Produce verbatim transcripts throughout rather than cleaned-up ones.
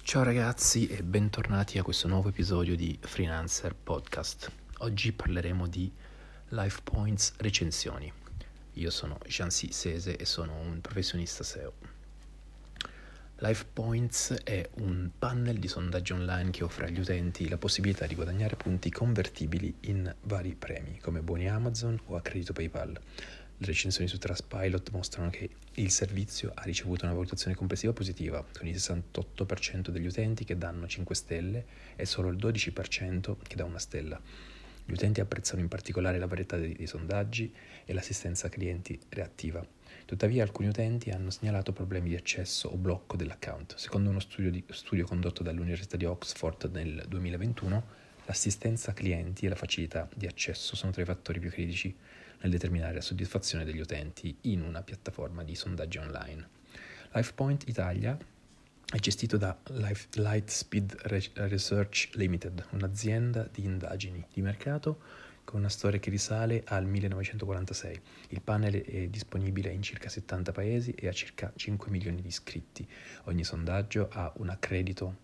Ciao ragazzi e bentornati a questo nuovo episodio di Freelancer Podcast. Oggi parleremo di Life Points recensioni. Io sono Jansi Sese e sono un professionista S E O. Life Points è un panel di sondaggio online che offre agli utenti la possibilità di guadagnare punti convertibili in vari premi, come buoni Amazon o a credito PayPal. Le recensioni su Trustpilot mostrano che il servizio ha ricevuto una valutazione complessiva positiva, con il sessantotto per cento degli utenti che danno cinque stelle e solo il dodici per cento che dà una stella. Gli utenti apprezzano in particolare la varietà dei, dei sondaggi e l'assistenza clienti reattiva. Tuttavia alcuni utenti hanno segnalato problemi di accesso o blocco dell'account. Secondo uno studio, di, studio condotto dall'Università di Oxford nel duemilaventuno, l'assistenza clienti e la facilità di accesso sono tra i fattori più critici nel determinare la soddisfazione degli utenti in una piattaforma di sondaggi online. LifePoint Italia è gestito da Life, Lightspeed Research Limited, un'azienda di indagini di mercato con una storia che risale al millenovecentoquarantasei. Il panel è disponibile in circa settanta paesi e ha circa cinque milioni di iscritti. Ogni sondaggio ha un accredito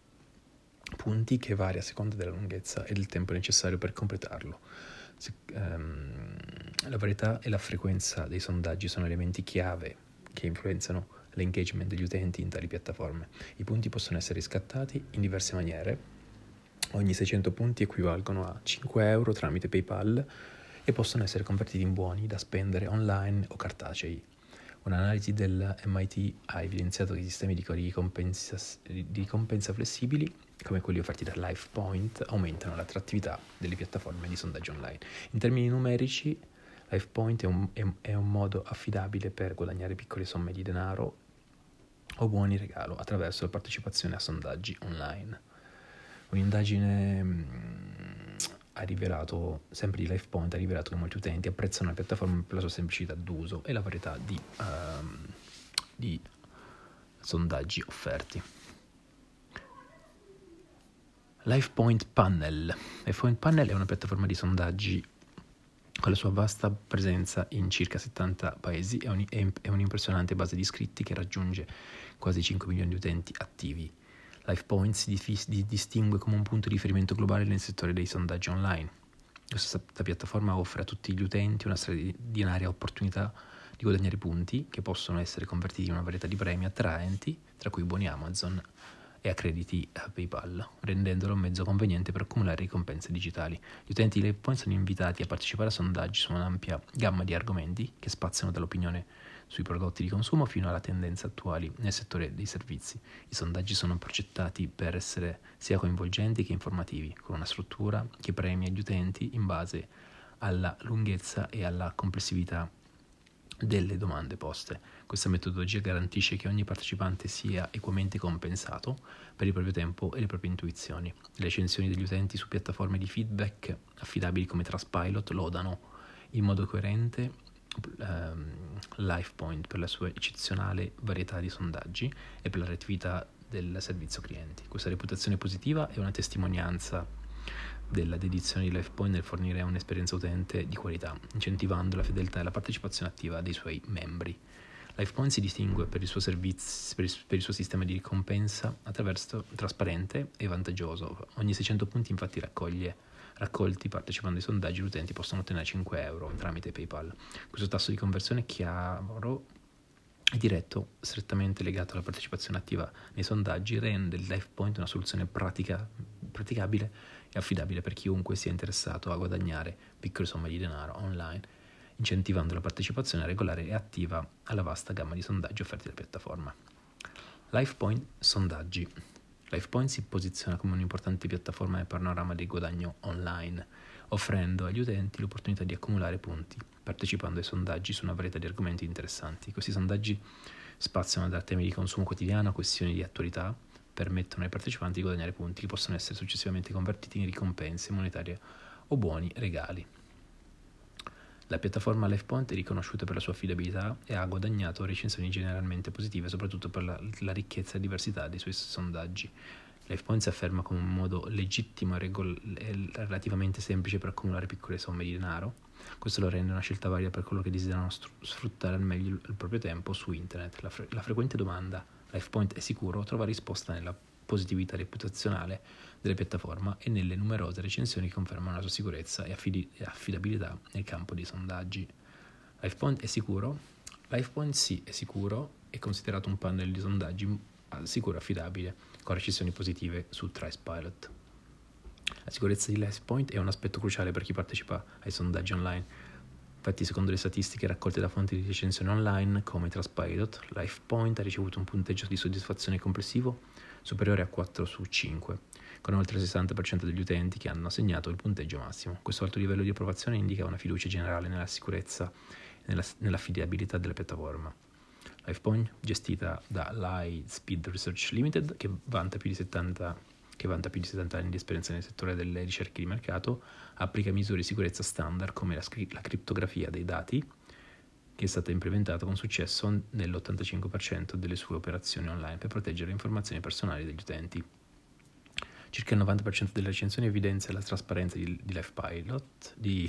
punti che varia a seconda della lunghezza e del tempo necessario per completarlo. Se, um, la varietà e la frequenza dei sondaggi sono elementi chiave che influenzano l'engagement degli utenti in tali piattaforme. I punti possono essere riscattati in diverse maniere. Ogni seicento punti equivalgono a cinque euro tramite PayPal e possono essere convertiti in buoni da spendere online o cartacei. Un'analisi del M I T ha evidenziato che i sistemi di ricompensa, di ricompensa flessibili, come quelli offerti da LifePoint, aumentano l'attrattività delle piattaforme di sondaggio online. In termini numerici, LifePoint è un, è, è un modo affidabile per guadagnare piccole somme di denaro o buoni regalo attraverso la partecipazione a sondaggi online. Un'indagine mh, ha rivelato, sempre di LifePoint, ha rivelato che molti utenti apprezzano la piattaforma per la sua semplicità d'uso e la varietà di, um, di sondaggi offerti. LifePoint Panel. LifePoint Panel è una piattaforma di sondaggi con la sua vasta presenza in circa settanta paesi e un, è un'impressionante base di iscritti che raggiunge quasi cinque milioni di utenti attivi. LifePoint si dif- di distingue come un punto di riferimento globale nel settore dei sondaggi online. Questa piattaforma offre a tutti gli utenti una straordinaria opportunità di guadagnare punti che possono essere convertiti in una varietà di premi attraenti, tra cui buoni Amazon e accrediti a PayPal, rendendolo un mezzo conveniente per accumulare ricompense digitali. Gli utenti di LifePoint sono invitati a partecipare a sondaggi su un'ampia gamma di argomenti che spaziano dall'opinione sui prodotti di consumo fino alle tendenze attuali nel settore dei servizi. I sondaggi sono progettati per essere sia coinvolgenti che informativi, con una struttura che premia gli utenti in base alla lunghezza e alla complessità delle domande poste. Questa metodologia garantisce che ogni partecipante sia equamente compensato per il proprio tempo e le proprie intuizioni. Le recensioni degli utenti su piattaforme di feedback affidabili come Trustpilot lodano in modo coerente ehm, LifePoint per la sua eccezionale varietà di sondaggi e per la reattività del servizio clienti. Questa reputazione positiva è una testimonianza della dedizione di LifePoint nel fornire un'esperienza utente di qualità, incentivando la fedeltà e la partecipazione attiva dei suoi membri. LifePoint si distingue per il suo servizio, per il, per il suo sistema di ricompensa attraverso trasparente e vantaggioso. Ogni seicento punti infatti raccoglie, raccolti partecipando ai sondaggi, gli utenti possono ottenere cinque euro tramite PayPal. Questo tasso di conversione chiaro e diretto, strettamente legato alla partecipazione attiva nei sondaggi, rende il LifePoint una soluzione pratica, praticabile e affidabile per chiunque sia interessato a guadagnare piccole somme di denaro online, incentivando la partecipazione regolare e attiva alla vasta gamma di sondaggi offerti dalla piattaforma. LifePoint sondaggi. LifePoint si posiziona come un'importante piattaforma nel panorama del guadagno online, offrendo agli utenti l'opportunità di accumulare punti, partecipando ai sondaggi su una varietà di argomenti interessanti. Questi sondaggi spaziano da temi di consumo quotidiano a questioni di attualità, permettono ai partecipanti di guadagnare punti che possono essere successivamente convertiti in ricompense monetarie o buoni regali. La piattaforma LifePoint è riconosciuta per la sua affidabilità e ha guadagnato recensioni generalmente positive, soprattutto per la, la ricchezza e diversità dei suoi sondaggi. LifePoint si afferma come un modo legittimo e, regol- e relativamente semplice per accumulare piccole somme di denaro. Questo lo rende una scelta valida per coloro che desiderano stru- sfruttare al meglio il, il proprio tempo su internet. La, fre- la frequente domanda LifePoint è sicuro trova risposta nella positività reputazionale della piattaforma e nelle numerose recensioni che confermano la sua sicurezza e affidabilità nel campo dei sondaggi. LifePoint è sicuro? LifePoint sì, è sicuro, è considerato un panel di sondaggi sicuro e affidabile, con recensioni positive su Trustpilot. La sicurezza di LifePoint è un aspetto cruciale per chi partecipa ai sondaggi online. Infatti, secondo le statistiche raccolte da fonti di recensione online come Trustpilot, LifePoint ha ricevuto un punteggio di soddisfazione complessivo superiore a quattro su cinque, con oltre il sessanta per cento degli utenti che hanno assegnato il punteggio massimo. Questo alto livello di approvazione indica una fiducia generale nella sicurezza e nella, nell'affidabilità della piattaforma. LifePoint, gestita da Lightspeed Research Limited, che vanta più di settanta che vanta più di settanta anni di esperienza nel settore delle ricerche di mercato, applica misure di sicurezza standard come la, la criptografia dei dati, che è stata implementata con successo nell'ottantacinque per cento delle sue operazioni online per proteggere le informazioni personali degli utenti. Circa il novanta per cento delle recensioni evidenzia la trasparenza di, di LifePilot, di,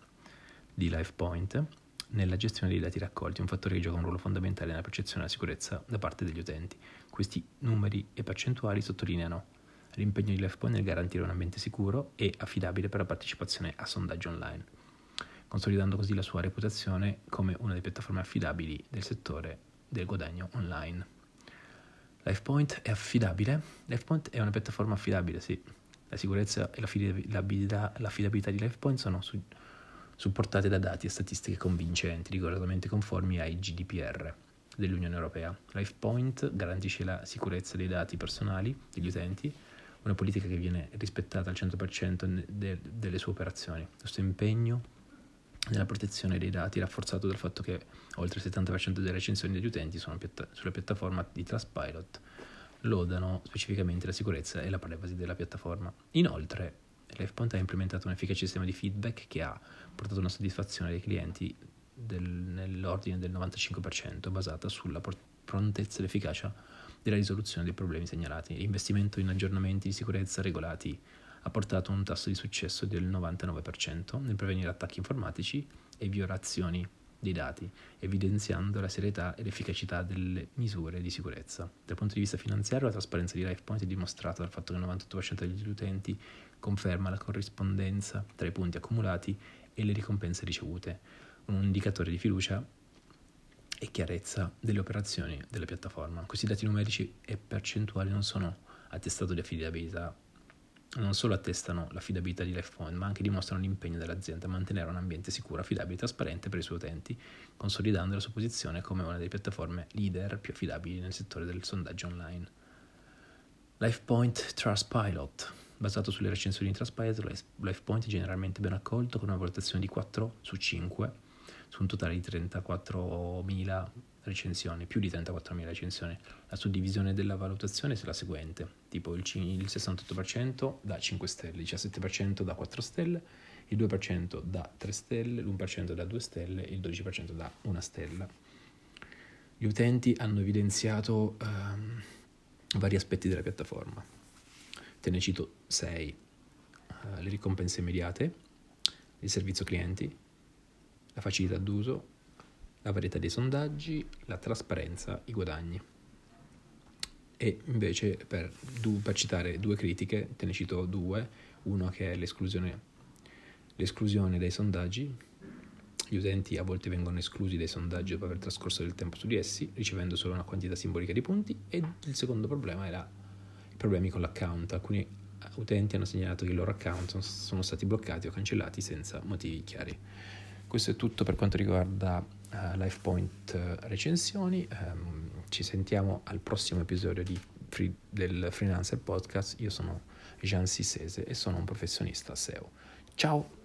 di LifePoint, nella gestione dei dati raccolti, un fattore che gioca un ruolo fondamentale nella percezione della sicurezza da parte degli utenti. Questi numeri e percentuali sottolineano l'impegno di LifePoint nel garantire un ambiente sicuro e affidabile per la partecipazione a sondaggi online, consolidando così la sua reputazione come una delle piattaforme affidabili del settore del guadagno online. LifePoint è affidabile? LifePoint è una piattaforma affidabile, sì. La sicurezza e l'affidabilità, l'affidabilità di LifePoint sono su, supportate da dati e statistiche convincenti, rigorosamente conformi ai G D P R dell'Unione Europea. LifePoint garantisce la sicurezza dei dati personali degli utenti, una politica che viene rispettata al cento per cento de- delle sue operazioni. Questo impegno nella protezione dei dati è rafforzato dal fatto che oltre il settanta per cento delle recensioni degli utenti sono piatta- sulla piattaforma di Trustpilot lodano specificamente la sicurezza e la privacy della piattaforma. Inoltre, LifePoint ha implementato un efficace sistema di feedback che ha portato una soddisfazione dei clienti del, nell'ordine del novantacinque per cento, basata sulla prontezza e l'efficacia della risoluzione dei problemi segnalati. L'investimento in aggiornamenti di sicurezza regolati ha portato un tasso di successo del novantanove per cento nel prevenire attacchi informatici e violazioni dei dati, evidenziando la serietà e l'efficacità delle misure di sicurezza. Dal punto di vista finanziario, la trasparenza di LifePoint è dimostrata dal fatto che il novantotto per cento degli utenti conferma la corrispondenza tra i punti accumulati e le ricompense ricevute, un indicatore di fiducia e chiarezza delle operazioni della piattaforma. Questi dati numerici e percentuali non sono attestato di affidabilità, non solo attestano l'affidabilità di LifePoint, ma anche dimostrano l'impegno dell'azienda a mantenere un ambiente sicuro, affidabile e trasparente per i suoi utenti, consolidando la sua posizione come una delle piattaforme leader più affidabili nel settore del sondaggio online. LifePoint Trustpilot. Basato sulle recensioni di Trustpilot, LifePoint è generalmente ben accolto con una valutazione di quattro su cinque su un totale di trentaquattromila recensioni, più di trentaquattromila recensioni. La suddivisione della valutazione è la seguente, tipo il, il sessantotto per cento da cinque stelle, il diciassette per cento da quattro stelle, il due per cento da tre stelle, l'uno per cento da due stelle e il dodici per cento da una stella. Gli utenti hanno evidenziato um, vari aspetti della piattaforma. Te ne cito sei. Uh, le ricompense immediate, il servizio clienti, la facilità d'uso, la varietà dei sondaggi, la trasparenza, i guadagni. E invece per, per citare due critiche, te ne cito due, uno che è l'esclusione, l'esclusione dai sondaggi. Gli utenti a volte vengono esclusi dai sondaggi dopo aver trascorso del tempo su di essi, ricevendo solo una quantità simbolica di punti. E il secondo problema era i problemi con l'account. Alcuni utenti hanno segnalato che i loro account sono stati bloccati o cancellati senza motivi chiari. Questo è tutto per quanto riguarda uh, LifePoint uh, recensioni. Um, ci sentiamo al prossimo episodio di free, del Freelancer Podcast. Io sono Jean Sissese e sono un professionista S E O. Ciao!